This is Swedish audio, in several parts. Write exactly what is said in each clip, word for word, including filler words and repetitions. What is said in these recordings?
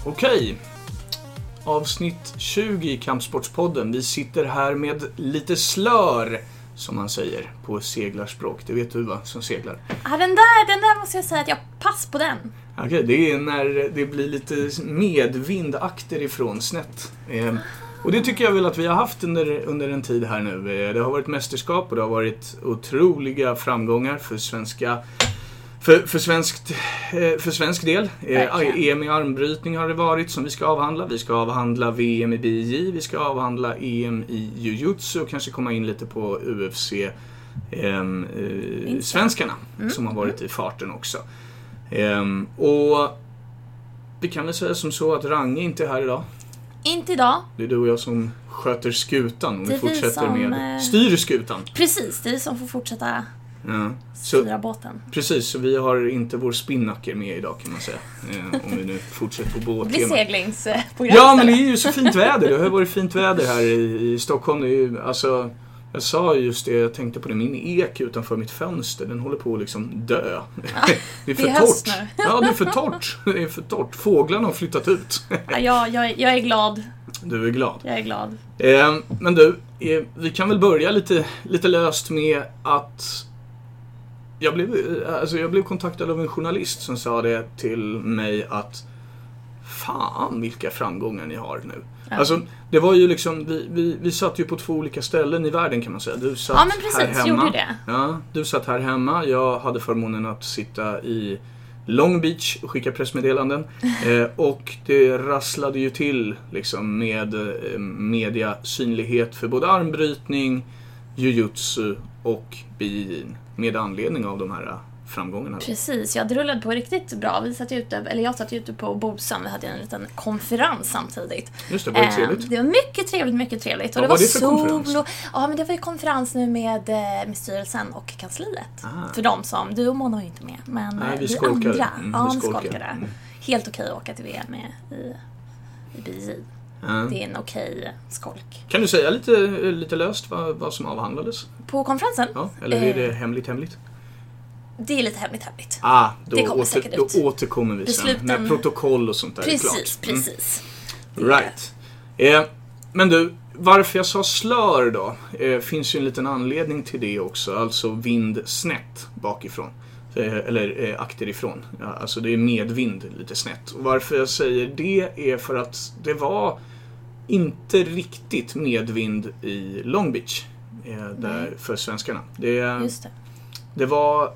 Okej, avsnitt tjugo i Kampsportspodden. Vi sitter här med lite slör, som man säger på seglarspråk. Det vet du, va, som seglar. Ja, den där, den där måste jag säga att jag pass på den. Okej, det är när det blir lite medvind akterifrån, snett. Ehm, och det tycker jag väl att vi har haft under, under en tid här nu. Det har varit mästerskap och det har varit otroliga framgångar för svenska... För, för, svenskt, för svensk del. Verkligen. E M i armbrytning har det varit som vi ska avhandla. Vi ska avhandla V M i B J. Vi ska avhandla E M i Jiu-Jitsu och kanske komma in lite på U F C eh, eh, svenskarna mm. som har varit i farten också. Eh, och vi kan väl säga som så att Range inte är här idag. Inte idag. Det är du och jag som sköter skutan och vi fortsätter som, med styr skutan. Precis, det är vi som får fortsätta. Ja, styra båten. Precis, så vi har inte vår spinnaker med idag, kan man säga. Eh, om vi nu fortsätter på båttema. Det blir seglingsprogram. Ja, men det är ju så fint väder. Det har varit fint väder här i, i Stockholm. Det är ju, alltså, jag sa just det, jag tänkte på det. Min ek utanför mitt fönster, den håller på att liksom dö. Ja, det är för det är torrt. nu. Ja, det är för torrt. Det är för torrt. Fåglarna har flyttat ut. Ja, jag, jag, jag är glad. Du är glad. Jag är glad. Eh, men du, eh, vi kan väl börja lite, lite löst med att... Jag blev, alltså jag blev kontaktad av en journalist som sa det till mig att fan vilka framgångar ni har nu. Ja. Alltså det var ju liksom, vi, vi, vi satt ju på två olika ställen i världen, kan man säga. Du satt ja, men precis, här hemma. Gjorde det. Ja, du satt här hemma. Jag hade förmånen att sitta i Long Beach och skicka pressmeddelanden. eh, och det rasslade ju till liksom med eh, media synlighet för både armbrytning, Jiu-Jitsu och B J J med anledning av de här framgångarna. Precis, ja, det rullade på riktigt bra. Vi satt ute, eller jag satt ute på Bosön. Vi hade en liten konferens samtidigt. Just det, var det trevligt? Eh, det var mycket trevligt, mycket trevligt. Och ja, det var, var det för sol konferens? Och, ja, men det var ju konferens nu med, med styrelsen och kansliet. Ah. För de som, du och Mona var ju inte med. Men nej, vi, vi skolkade. andra, mm, ja, vi vi skolkade. skolkade. Mm. Helt okej att åka till V M i, i, i B J. Mm. Det är en okej skolk. Kan du säga lite, lite löst vad, vad som avhandlades? På konferensen? Ja, eller är det hemligt hemligt? Det är lite hemligt hemligt. Ah, då, det kommer åter, säkert då ut. återkommer vi Besluten... sen. Med protokoll och sånt där. Precis, är klart. precis. Mm. Right. Eh, men du, varför jag sa slör då? Eh, finns ju en liten anledning till det också. Alltså vind snett bakifrån. Eh, eller eh, akterifrån. Ja, alltså det är medvind lite snett. Och varför jag säger det är för att det var inte riktigt medvind i Long Beach. Eh, där för svenskarna. Det, Just det. det var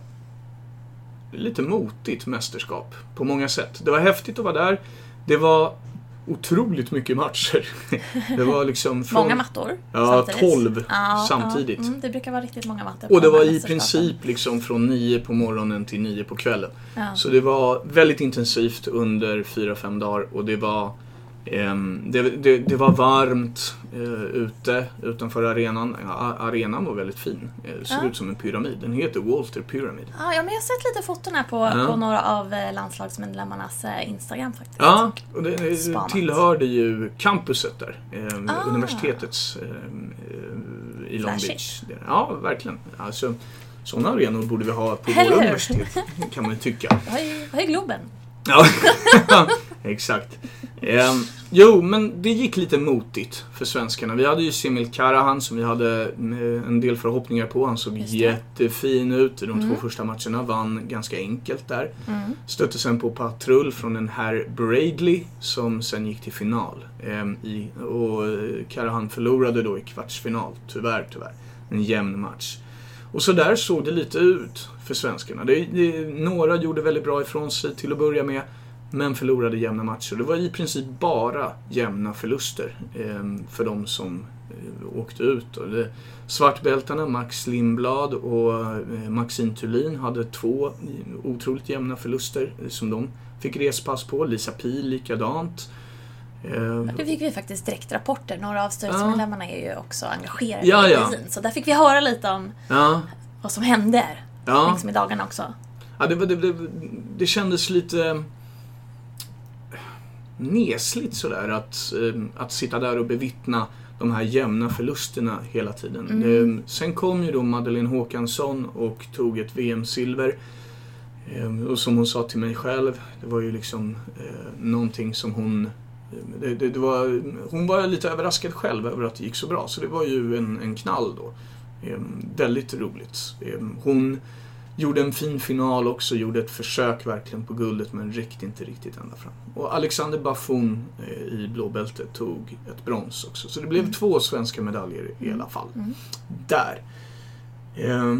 lite motigt mästerskap på många sätt. Det var häftigt att vara där. Det var otroligt mycket matcher. Det var liksom från, många mattor. Ja, samtidigt. tolv ja, samtidigt. Ja, mm, det brukar vara riktigt många mattor. Och det var i princip liksom från nio på morgonen till nio på kvällen. Ja. Så det var väldigt intensivt under fyra, fem dagar. Och det var Um, det, det, det var varmt uh, ute utanför arenan. Ja, arenan var väldigt fin. Det såg ja. ut som en pyramid. Den heter Walter Pyramid. Ja, men jag har sett lite foton här på, ja. på några av landslagsmedlemmarnas Instagram faktiskt. Ja, och det, det tillhörde ju campuset där. Eh, ah. Universitetets eh, i Long Flashigt. Beach. Ja, verkligen. Alltså, sådana arenor borde vi ha på våra universitet, kan man ju tycka. Vad är, vad är Globen? Ja, exakt. Eh, jo, men det gick lite motigt för svenskarna. Vi hade ju Semil Karahan som vi hade en del förhoppningar på. Han såg jättefin ut i de mm. två första matcherna. Vann ganska enkelt där. Mm. Stötte sen på patrull från en herr Bradley som sen gick till final. Eh, i, och Karahan förlorade då i kvartsfinal. Tyvärr, tyvärr. En jämn match. Och så där såg det lite ut för svenskarna. Det, det, några gjorde väldigt bra ifrån sig till att börja med, men förlorade jämna matcher. Det var i princip bara jämna förluster eh, för de som eh, åkte ut. Och det, svartbältarna, Max Lindblad och eh, Maxine Thulin hade två otroligt jämna förluster eh, som de fick respass på. Lisa Pil likadant. Det fick vi faktiskt direkt rapporter. Några av styrelsemedlemmarna är ju också engagerade ja, i ja. B J. Så där fick vi höra lite om ja. vad som hände ja. liksom i dagarna också. Ja, det, det, det, det kändes lite nesligt sådär att, att sitta där och bevittna de här jämna förlusterna hela tiden. Mm. Det, sen kom ju då Madeleine Håkansson och tog ett V M-silver. Och som hon sa till mig själv, det var ju liksom eh, någonting som hon... Det, det, det var, hon var lite överraskad själv över att det gick så bra. Så det var ju en, en knall då. Eh, väldigt roligt. Eh, hon gjorde en fin final också, gjorde ett försök verkligen på guldet men räckte inte riktigt ända fram. Och Alexander Buffon eh, i blåbältet tog ett brons också. Så det blev mm. två svenska medaljer i alla fall. Mm. Där. Eh,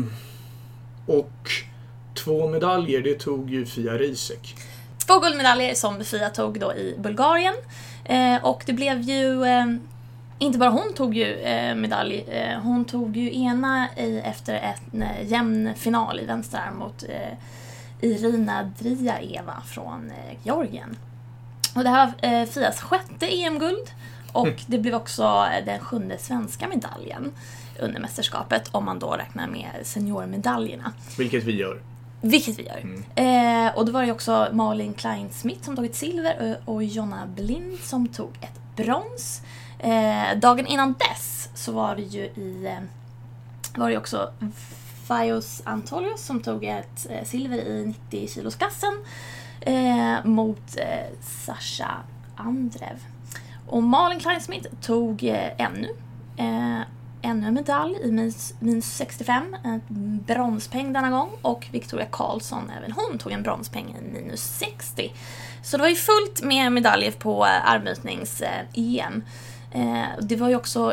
och... Två medaljer, det tog ju Fia Rizek. Två guldmedaljer som Fia tog då i Bulgarien. Eh, och det blev ju... Eh, inte bara hon tog ju eh, medalj. Eh, hon tog ju ena i, efter en eh, jämn final i vänsterarm mot eh, Irina Driaeva från eh, Georgien. Och det här var eh, Fias sjätte E M-guld. Och mm. det blev också den sjunde svenska medaljen under mästerskapet. Om man då räknar med seniormedaljerna. Vilket vi gör. Vilket vi gör. Mm. Eh, och då var det också Malin Klein-Smith som tog ett silver och, och Jonna Blind som tog ett brons. Eh, dagen innan dess så var det ju i eh, var det också Fios Antolios som tog ett eh, silver i nittio kilosklassen eh, mot eh, Sasha Andrev. Och Malin Klein-Smith tog eh, ännu eh, ännu en medalj i minus, minus sextiofem, en bronspeng denna gång, och Victoria Karlsson, även hon, tog en bronspeng i minus sextio. Så det var ju fullt med medaljer på armbrytnings-E M. Eh, det var ju också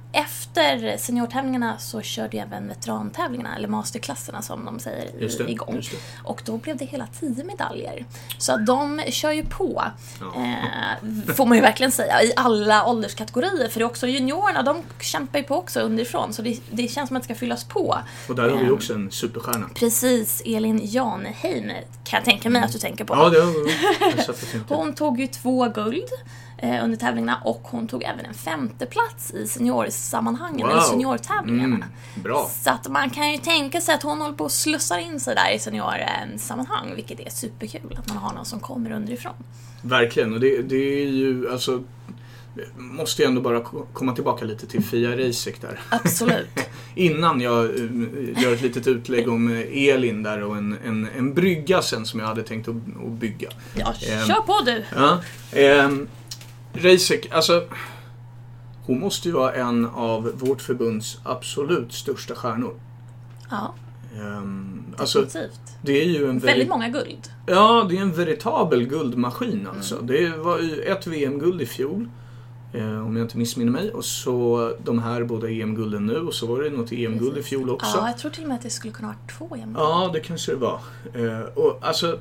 efter seniortävlingarna så körde ju även veterantävlingarna, eller masterklasserna som de säger, just det, igång. Just det. Och då blev det hela tio medaljer. Så att de kör ju på, ja. eh, får man ju verkligen säga, i alla ålderskategorier. För det är också juniorerna, de kämpar ju på också underifrån. Så det, det känns som att det ska fyllas på. Och där har vi också en superstjärna. Precis, Elin Janheim kan jag tänka mig mm. att du tänker på. Ja, det har hon tog ju två guld under tävlingarna, och hon tog även en femte plats i seniorsammanhangen, wow. eller seniortävlingarna. Mm, bra. Så att man kan ju tänka sig att hon håller på att slussar in sig där i seniorsammanhang, vilket är superkul att man har någon som kommer underifrån. Verkligen, och det, det är ju alltså, måste jag ändå bara komma tillbaka lite till Fia Rizek där. Absolut. Innan jag gör ett litet utlägg om Elin där och en, en, en brygga sen som jag hade tänkt att, att bygga. Ja, kör um, på du. Ja, um, Rizek, alltså hon måste ju vara en av vårt förbunds absolut största stjärnor. Ja. Um, alltså, det är ju en väldigt veri- många guld. Ja, det är en veritabel guldmaskin alltså. Mm. Det var ju ett V M-guld i fjol, eh, om jag inte missminner mig, och så de här båda E M-gulden nu, och så var det något E M-guld i fjol också. Ja, jag tror till och med att det skulle kunna vara två E M-guld. Ja, det kanske det var. Eh, och alltså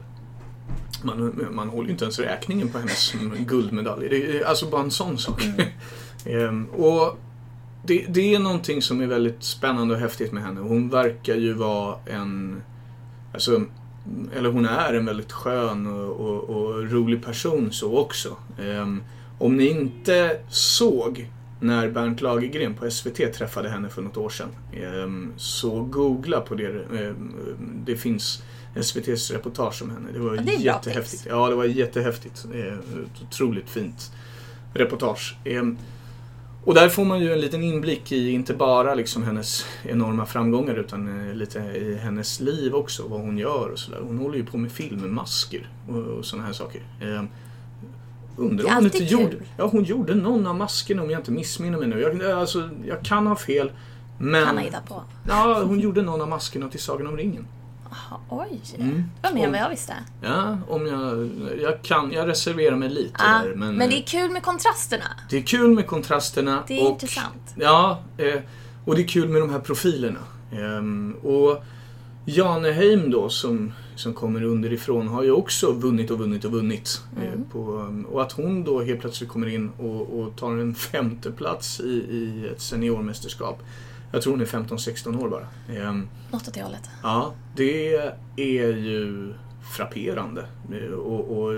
man, man håller ju inte ens räkningen på hennes guldmedalj. Det är alltså bara en sån sak. Mm. eh, och det, det är någonting som är väldigt spännande och häftigt med henne. Hon verkar ju vara en, alltså, eller hon är en väldigt skön och, och, och rolig person så också. Um, om ni inte såg när Bernt Lagergren på S V T träffade henne för något år sedan, um, så googla på det. Um, det finns S V T:s reportage om henne. Det var det jättehäftigt. Ja, det var jättehäftigt. Ett otroligt fint reportage. Um, Och där får man ju en liten inblick i inte bara liksom hennes enorma framgångar, utan lite i hennes liv också, vad hon gör och sådär. Hon håller ju på med filmmasker och, och sådana här saker. Eh, undrar om hon inte gjorde, ja, hon gjorde någon av maskerna, om jag inte missminner mig nu. Jag, alltså, jag kan ha fel, men kan hitta på. Ja, hon gjorde någon av maskerna till Sagan om ringen. Aha, oj, mm. det var mer än vad jag visste. Ja, om jag, jag kan, jag reserverar mig lite ah, där. Men, men det är kul med kontrasterna. Det är kul med kontrasterna. Det är och, intressant. Ja, eh, och det är kul med de här profilerna. Eh, och Janheim då, som, som kommer underifrån, har ju också vunnit och vunnit och vunnit. Mm. Eh, på, och att hon då helt plötsligt kommer in och, och tar en femte plats i, i ett seniormästerskap. Jag tror hon är femton sexton år bara. Ehm, Något åt det hållet. Ja, det är ju frapperande. Och, och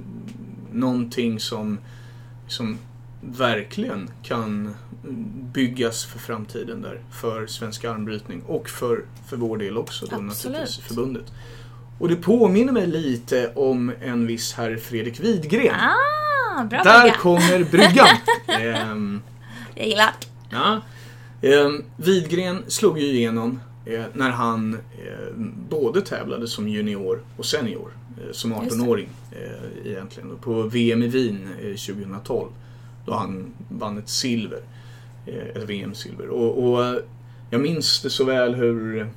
någonting som, som verkligen kan byggas för framtiden där. För svensk armbrytning och för, för vår del också. Då, naturligtvis, förbundet. Och det påminner mig lite om en viss herr Fredrik Widgren. Ah, bra där brygga. kommer bryggan. ehm, Jag gillar. Ja. Eh, Widgren slog ju igenom eh, när han eh, både tävlade som junior och senior, eh, som arton-åring eh, egentligen. På V M i Wien eh, tjugohundratolv, då han vann ett silver, eh, ett V M-silver. Och, och jag minns det så väl hur,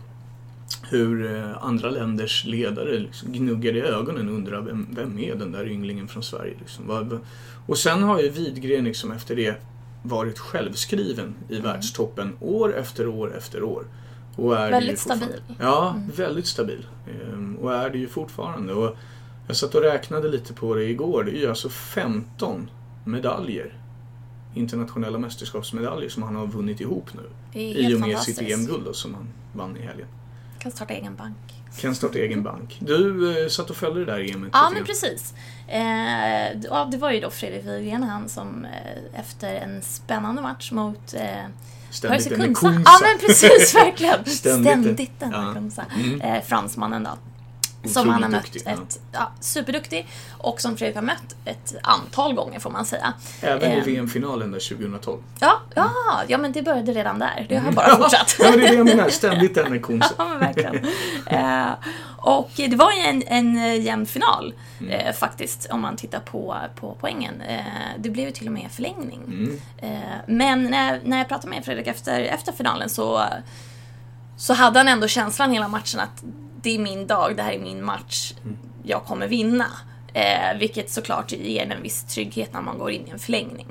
hur andra länders ledare liksom gnuggade i ögonen och undrade vem, vem är den där ynglingen från Sverige. Liksom. Och sen har ju Widgren liksom efter det varit självskriven i mm. världstoppen år efter år efter år. Och är väldigt stabil. Ja, mm. väldigt stabil. Ehm, och är det ju fortfarande. Och jag satt och räknade lite på det igår. Det är ju alltså femton medaljer, internationella mästerskapsmedaljer, som han har vunnit ihop nu. I och med sitt E M-guld som han vann i helgen. Kan starta egen bank. Kan starta egen bank. Du eh, satt och följde det där E M-et. Ja, men precis. Eh, ja, det var ju då Fredrik Widgren, han som eh, efter en spännande match mot eh, Ständigt en Kunsa. Ja, men precis, verkligen. Ständigt, Ständigt den ja. Kunsa. Mm. Eh, fransmannen då. Som han har mött duktig, ett, ja. Ja, superduktig, och som Fredrik har mött ett antal gånger, får man säga. Även i eh, V M-finalen där tjugohundratolv. Ja, ja, ja, men det började redan där. Det har bara fortsatt. Ja, men det är det jag menar. Ständigt den är Kunsa. Ja, men verkligen. eh, och det var ju en, en jämn final, mm. eh, faktiskt, om man tittar på, på poängen. Eh, det blev ju till och med förlängning. Mm. Eh, men när, när jag pratade med Fredrik efter, efter finalen så, så hade han ändå känslan hela matchen att det är min dag, det här är min match, jag kommer vinna. Eh, vilket såklart ger en viss trygghet när man går in i en förlängning.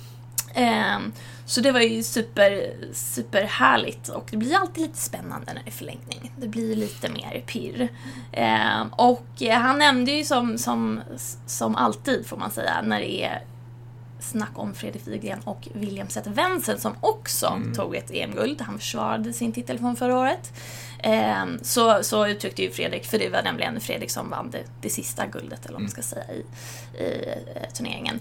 Eh, så det var ju super, super härligt, och det blir alltid lite spännande när det är förlängning. Det blir lite mer pirr. Eh, och han nämnde ju som, som, som alltid, får man säga, när det är snack om Fredrik Widgren och William Zetterwensen, som också mm. tog ett E M-guld. Han försvarade sin titel från förra året. Eh, så, så uttryckte ju Fredrik, för det var nämligen Fredrik som vann det, det sista guldet, eller vad man ska säga, i, i, i turneringen.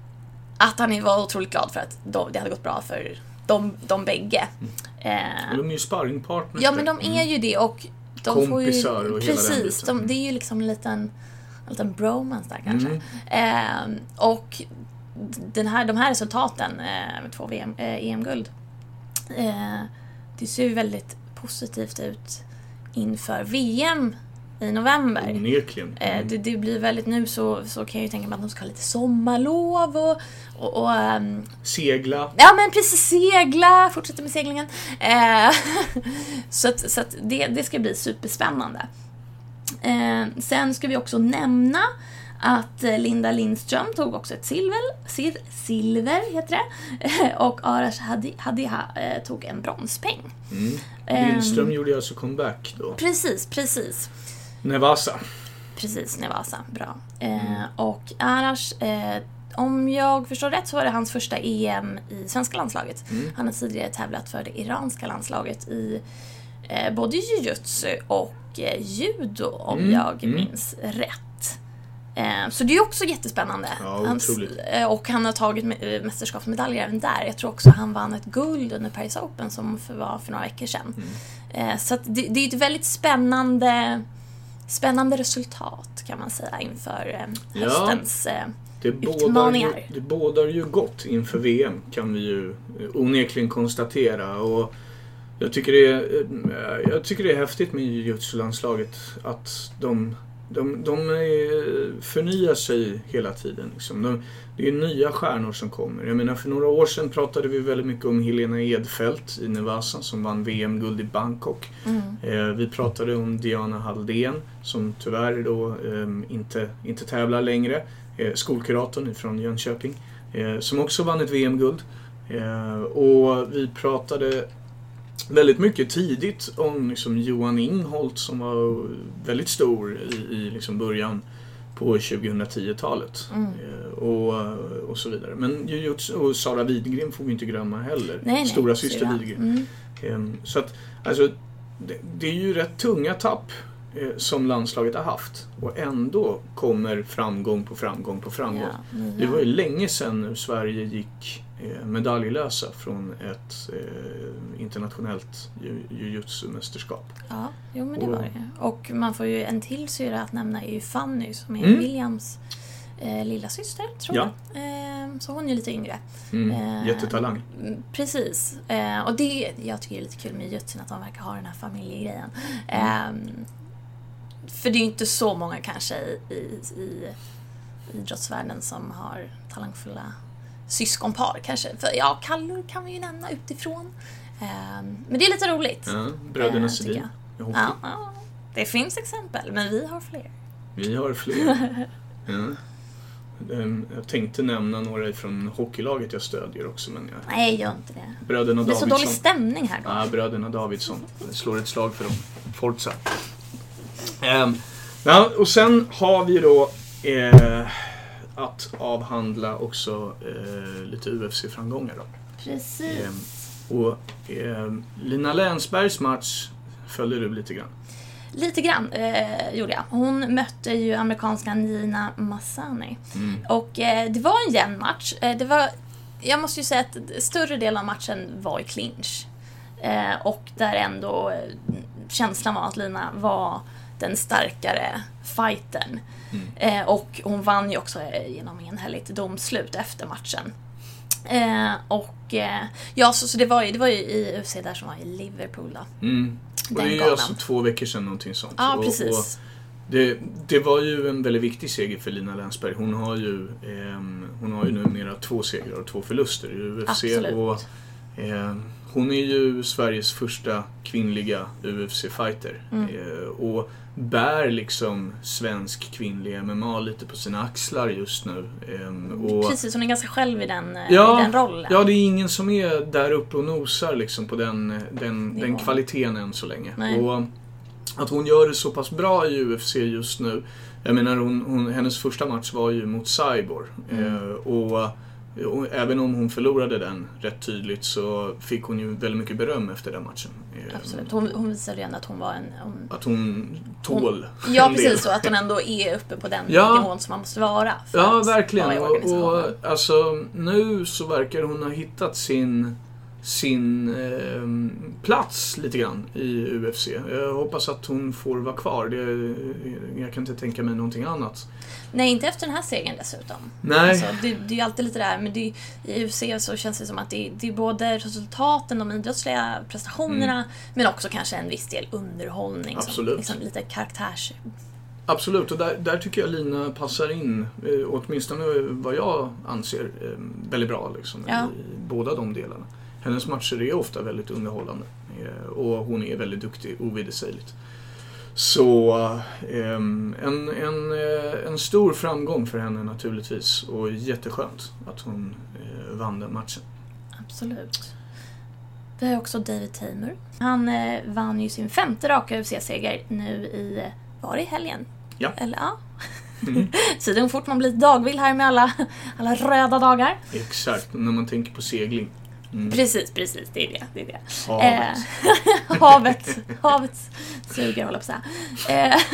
Att han var otroligt glad för att de, det hade gått bra för de, de bägge. Mm. Eh, de är ju sparringpartners. Ja, men de är ju det, och de kompisar får ju, och precis, hela den de, det är ju liksom en liten, en liten bromance där kanske. Mm. Eh, och den här, de här resultaten eh, med två V M, eh, E M-guld, eh, det ser ju väldigt positivt ut inför V M i november. Onekligen. Mm. Eh, det, det blir väldigt, nu så, så kan jag ju tänka mig att de ska ha lite sommarlov och, och, och um, segla. Ja, men precis, segla, fortsätta med seglingen. Eh, så att, så att det, det ska bli superspännande. Eh, sen ska vi också nämna att Linda Lindström tog också ett silver, sil, silver heter det, och Arash Hadi, Hadiha eh, tog en bronspeng. Mm. Lindström um, gjorde alltså comeback då. Precis, precis. Nevasa. Precis, Nevasa, bra. Mm. Eh, och Arash, eh, om jag förstår rätt, så var det hans första E M i svenska landslaget. Mm. Han har tidigare tävlat för det iranska landslaget i eh, både jiu-jitsu och eh, judo, om mm. jag mm. minns rätt. Så det är också jättespännande. Ja, Hans, och han har tagit mästerskapsmedaljer även där. Jag tror också han vann ett guld under Paris Open, som för, var för några veckor sedan. Mm. Så att det, det är ett väldigt spännande spännande resultat, kan man säga, inför höstens ja, det utmaningar. Ju, det bådar ju gott inför V M, kan vi ju onekligen konstatera. Och jag tycker det är, jag tycker det är häftigt med jiu-jitsu-landslaget att de De, de förnyar sig hela tiden. Liksom. De, det är nya stjärnor som kommer. Jag menar, för några år sedan pratade vi väldigt mycket om Helena Edfeldt i Nevasa som vann V M-guld i Bangkok. Mm. Eh, vi pratade om Diana Halldén som tyvärr då eh, inte, inte tävlar längre. Eh, skolkuratorn från Jönköping eh, som också vann ett V M-guld. Eh, och vi pratade väldigt mycket tidigt om liksom Johan Ingholt som var väldigt stor i, i liksom början på tjugohundratio-talet mm. och, och så vidare. Men och Sara Widgren får vi inte glömma heller. Nej, nej, Stora syster Widgren. Mm. Så att alltså, det, det är ju rätt tunga tapp eh, som landslaget har haft. Och ändå kommer framgång på framgång på framgång. Ja, ja. Det var ju länge sedan nu Sverige gick medaljlösa från ett eh, internationellt jiu-jitsu-mästerskap. Ja, jo men det och, var det. Och man får ju en till syra att nämna är ju Fanny som är mm. Williams eh, lilla syster, tror ja. jag. Eh, så hon är lite yngre. Mm, eh, jättetalang. Precis. Eh, och det, jag tycker det är lite kul med Jutsin att de verkar ha den här familjegrejen. Eh, för det är ju inte så många kanske i, i, i idrottsvärlden som har talangfulla syskonpar kanske. För ja, Kallur kan vi ju nämna utifrån. Eh, men det är lite roligt. Ja, bröderna eh, Sedin. Ja, ja, det finns exempel, men vi har fler. Vi har fler. Ja. Jag tänkte nämna några från hockeylaget jag stödjer också, men jag... Nej, gör inte det. Bröderna det är Davidsson. så dålig stämning här då. Ja, bröderna Davidsson. Jag slår ett slag för dem. Forza. Um, ja, och sen har vi då eh, att avhandla också eh, lite U F C-framgångar då. Precis. Um, och eh, Lina Länsbergs match följde du lite grann. Lite grann eh, gjorde jag. Hon mötte ju amerikanska Nina Massani. Mm. Och eh, det var en jämn match. Eh, det var, jag måste ju säga att större del av matchen var i clinch. Eh, och där ändå eh, känslan var att Lina var den starkare fighten. Mm. Eh, och hon vann ju också genom enhälligt domslut efter matchen. Eh, och eh, ja, så, så det var ju, det var ju i U F C där som var i Liverpool då. Mm. Och det är ju alltså två veckor sedan någonting sånt. Ja, precis. Och, och det, det var ju en väldigt viktig seger för Lina Länsberg. Hon har ju, eh, hon har ju numera två segrar och två förluster i U F C. Absolut. Och, eh, hon är ju Sveriges första kvinnliga U F C-fighter. Mm. Eh, och bär liksom svensk kvinnlig M M A lite på sina axlar just nu. Eh, och, precis, hon är ganska själv i den, ja, i den rollen. Ja, det är ingen som är där uppe och nosar liksom på den, den, den kvaliteten än så länge. Nej. Och att hon gör det så pass bra i U F C just nu. Jag menar, hon, hon, hennes första match var ju mot Cyborg. Mm. Eh, och Och även om hon förlorade den rätt tydligt så fick hon ju väldigt mycket beröm efter den matchen. Absolut. Hon, hon visade ju ändå att hon var en... Hon, att hon tål hon, Ja, precis. Så att hon ändå är uppe på den ja, nivån som man måste vara. För ja, verkligen. Och, och alltså, nu så verkar hon ha hittat sin, sin eh, plats lite grann i U F C. Jag hoppas att hon får vara kvar. Det, jag kan inte tänka mig någonting annat. Nej, inte efter den här segern dessutom. Nej. Alltså, det, det är ju alltid lite där, men det, i U F C så känns det som att det, det är både resultaten, de idrottsliga prestationerna, mm. men också kanske en viss del underhållning. Absolut. Som, liksom lite karaktärs... Absolut, och där, där tycker jag Lina passar in, eh, åtminstone vad jag anser, eh, väldigt bra liksom, ja. i, i båda de delarna. Hennes matcher är ofta väldigt underhållande eh, och hon är väldigt duktig, ovedersägligt. Så um, en, en, en stor framgång för henne naturligtvis och jätteskönt att hon uh, vann den matchen. Absolut. Vi har också David Teymur. Han uh, vann ju sin femte raka U F C-seger nu i, var det i helgen? Ja. Eller ja. Mm. Så det är fort man blir dagvill här med alla, alla röda dagar. Exakt, när man tänker på segling. Mm. Precis, precis, det är det. det, är det. Havet. Eh, havet. Havet suger, håller på att säga. Eh,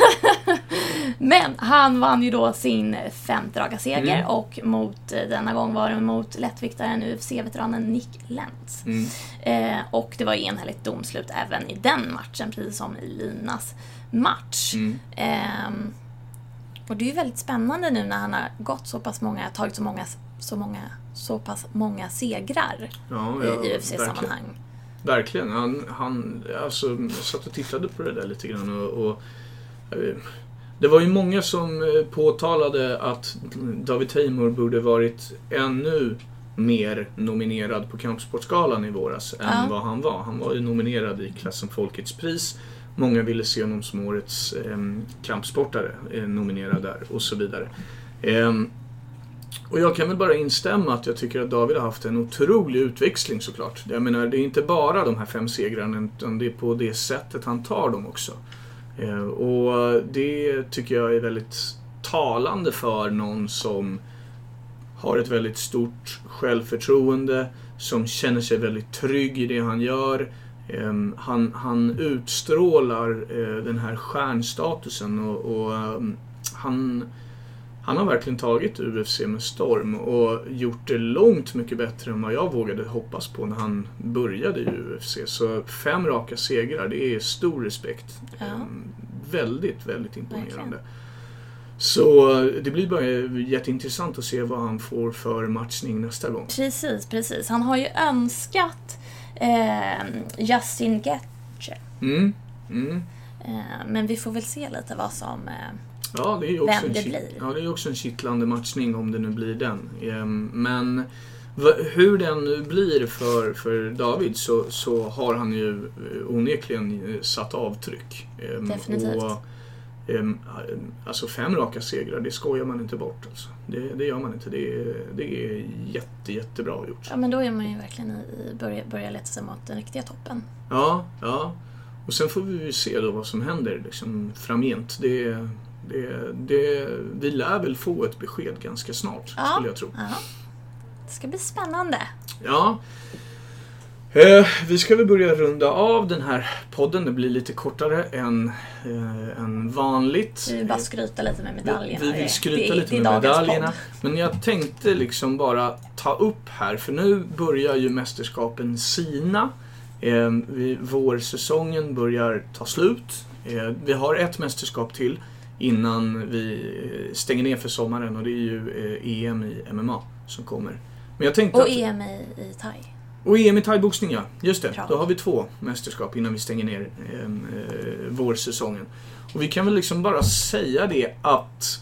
men han vann ju då sin femte raka seger mm. och mot, denna gång var det mot lättviktaren U F C-veteranen Nick Lentz. Mm. Eh, och det var enhälligt domslut även i den matchen, precis som i Linas match. Mm. Eh, och det är ju väldigt spännande nu när han har gått så pass många, tagit så många så många så pass många segrar ja, ja, i U F C-sammanhang. Verkligen. Han, han alltså, jag satt och tittade på det där lite grann och, och det var ju många som påtalade att David Teymur borde varit ännu mer nominerad på Kampsportsgalan i våras ja. än vad han var. Han var ju nominerad i klassen Folkets pris. Många ville se honom som årets eh, kampsportare eh, nominerad där och så vidare. Eh, Och jag kan väl bara instämma att jag tycker att David har haft en otrolig utväxling såklart. Jag menar, det är inte bara de här fem segrarna utan det är på det sättet han tar dem också. Eh, och det tycker jag är väldigt talande för någon som har ett väldigt stort självförtroende, som känner sig väldigt trygg i det han gör. Eh, han, han utstrålar eh, den här stjärnstatusen och, och um, han... Han har verkligen tagit U F C med storm och gjort det långt mycket bättre än vad jag vågade hoppas på när han började i U F C. Så fem raka segrar, det är stor respekt. Ja. Um, väldigt, väldigt imponerande. Verkligen. Så det blir bara jätteintressant att se vad han får för matchning nästa gång. Precis, precis. Han har ju önskat eh, Justin Gaethje. Mm, mm. Eh, men vi får väl se lite vad som... Eh, ja, det är ju också vem en det kitt- blir. Ja, det är också en kittlande matchning om det nu blir den. Eh, men v- hur den nu blir för, för David så, så har han ju onekligen satt avtryck. Eh, Definitivt. Och, Um, alltså fem raka segrar, det skojar man inte bort alltså. det, det gör man inte, det är, det är jätte, jättebra gjort. Ja, men då är man ju verkligen i börja, börja leta sig mot den riktiga toppen. Ja, ja. Och sen får vi ju se då vad som händer liksom, framgent. Det, det, det, vi lär väl få ett besked ganska snart, ja, skulle jag tro. Ja. Det ska bli spännande. Ja. Eh, vi ska väl börja runda av den här podden. Det blir lite kortare än, eh, än vanligt. Vi vill bara skryta lite med medaljerna. Vi vill skryta det, lite det, med det medaljerna. Men jag tänkte liksom bara ta upp här. För nu börjar ju mästerskapen sina. Eh, vi, vårsäsongen börjar ta slut. Eh, vi har ett mästerskap till innan vi stänger ner för sommaren. Och det är ju eh, E M i M M A som kommer. Men jag tänkte och att, E M i, i thai. Och E M i thaiboxning, ja. Just det. Bra. Då har vi två mästerskap innan vi stänger ner eh, eh, vårsäsongen. Och vi kan väl liksom bara säga det att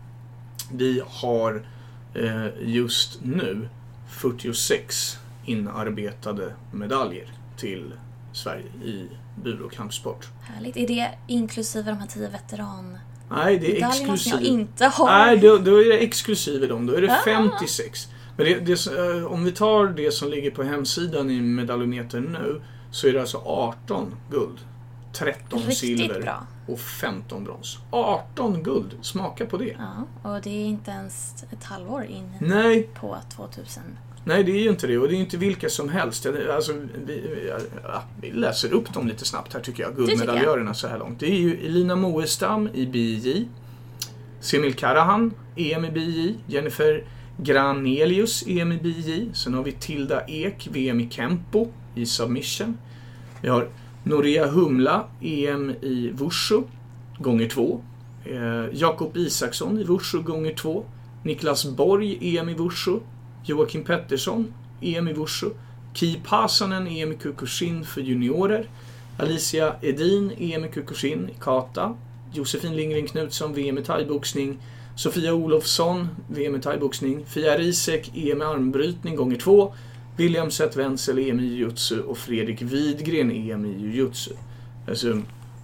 vi har eh, just nu fyrtiosex inarbetade medaljer till Sverige i bur- och kampsport. Härligt. Är det inklusive de här tio veteran... Nej, det är medaljerna som exklusive. jag inte har? Nej, då, då är det exklusive dem. Då är det Ah. femtiosex. Men det, det, om vi tar det som ligger på hemsidan i medaljometern nu, så är det alltså arton guld, tretton Riktigt silver bra. och femton brons. arton guld, smaka på det. Ja, och det är inte ens ett halvår in Nej, på tvåtusen. nej, det är ju inte det. Och det är ju inte vilka som helst. Alltså, vi, ja, vi läser upp dem lite snabbt här tycker jag. Guldmedaljörerna så här långt. Det är ju Elina Moestam i B I J. Semil Karahan, E M i B I J. Jennifer Granelius, E M i B I J. Sen har vi Tilda Ek, V M i Kempo i submission. Vi har Noria Humla, E M i Wushu, gånger två. Eh, Jakob Isaksson i Wushu, gånger två. Niklas Borg, E M i Wushu. Joakim Pettersson, E M i Wushu. Ki Pasanen, E M i Kukushin för juniorer. Alicia Edin, E M i Kukushin i kata. Josefin Lindgren Knutsson, V M i thaiboxning. Sofia Olofsson, V M i thaiboxning. Fia Risek, E M i armbrytning gånger två. William Seth Wenzel, E M i jujutsu. Och Fredrik Widgren, E M i jujutsu. Alltså,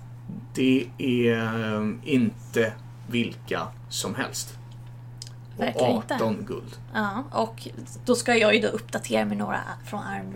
det är inte vilka som helst. Verkligen Och arton inte. guld. Ja, och då ska jag ju då uppdatera med några från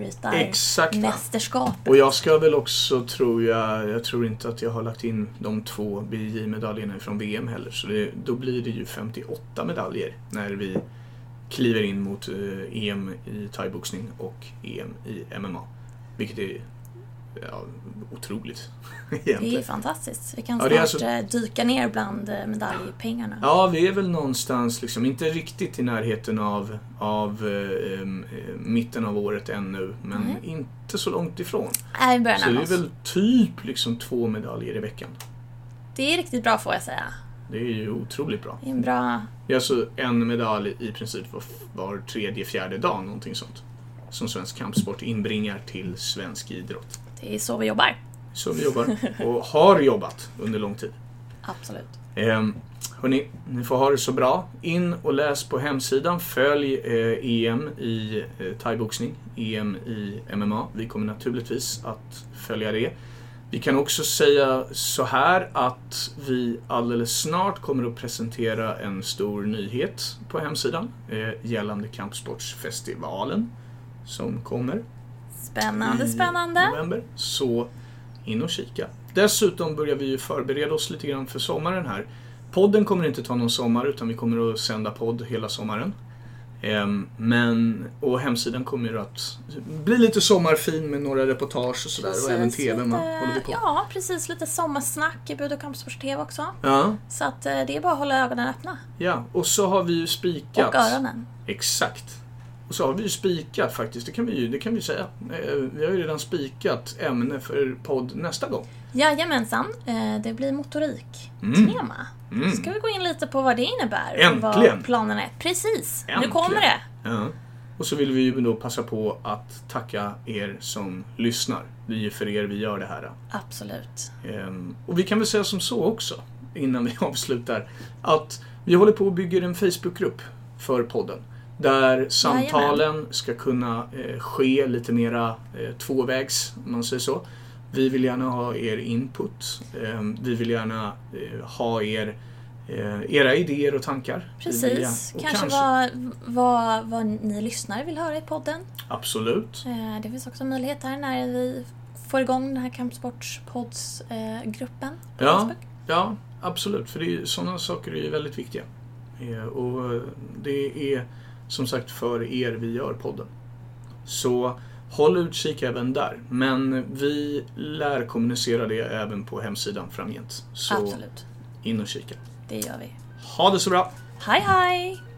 armbrytarmästerskapet. Och jag ska väl också, tror jag, jag tror inte att jag har lagt in de två B I J-medaljerna från V M heller. Så det, då blir det ju femtioåtta medaljer när vi kliver in mot E M i thaiboxning och E M i M M A. Vilket är ja, otroligt. Det är ju fantastiskt. Vi kan ja, snart alltså dyka ner bland medaljpengarna. Ja, vi är väl någonstans, liksom, inte riktigt i närheten av, av eh, eh, mitten av året ännu, men mm. inte så långt ifrån. Nej, börjar så det är väl typ liksom två medaljer i veckan. Det är riktigt bra får jag säga. Det är ju otroligt bra. Det är en bra... Det är alltså en medalj i princip var, var tredje, fjärde dag, någonting sånt. Som svensk kampsport inbringar till svensk idrott. Det är så vi jobbar. Så vi jobbar och har jobbat under lång tid. Absolut. Eh, hörni, ni får ha det så bra. In och läs på hemsidan. Följ eh, E M i eh, thaiboxning, E M i M M A. Vi kommer naturligtvis att följa det. Vi kan också säga så här att vi alldeles snart kommer att presentera en stor nyhet på hemsidan eh, gällande Kampsportsfestivalen som kommer. Spännande, i spännande. november. Så in och kika. Dessutom börjar vi ju förbereda oss lite grann för sommaren här. Podden kommer inte ta någon sommar utan vi kommer att sända podd hela sommaren. Ehm, men, och hemsidan kommer ju att bli lite sommarfin med några reportage och sådär. Och även tv man håller vi på. Ja, precis. Lite sommarsnack i Bud- och Kampsports-tv också. Ja. Så att det är bara att hålla ögonen öppna. Ja, och så har vi ju spikat. Och öronen. Exakt. Och så har vi ju spikat faktiskt, det kan vi ju det kan vi säga. Vi har ju redan spikat ämne för podd nästa gång. Jajamensan, det blir motorik-tema. Mm. Mm. Ska vi gå in lite på vad det innebär? Äntligen! Och vad planerna är. Precis, Äntligen. Nu kommer det. Ja. Och så vill vi ju då passa på att tacka er som lyssnar. Det är ju för er vi gör det här. Absolut. Ehm, och vi kan väl säga som så också, innan vi avslutar, att vi håller på att bygga en Facebookgrupp för podden. Där samtalen Jajamän. ska kunna eh, ske lite mera eh, tvåvägs, om man säger så. Vi vill gärna ha er input. Eh, vi vill gärna eh, ha er eh, era idéer och tankar. Precis. Och kanske kanske vad, vad, vad ni lyssnare vill höra i podden. Absolut. Eh, det finns också möjlighet här när vi får igång den här Kampsportspodds-gruppen eh, på ja, Facebook. Ja, absolut. För det är, sådana saker är ju väldigt viktiga. Eh, och det är som sagt för er vi gör podden. Så håll utkik även där. Men vi lär kommunicera det även på hemsidan framgent. Så absolut. In och kika. Det gör vi. Ha det så bra. Hej hej!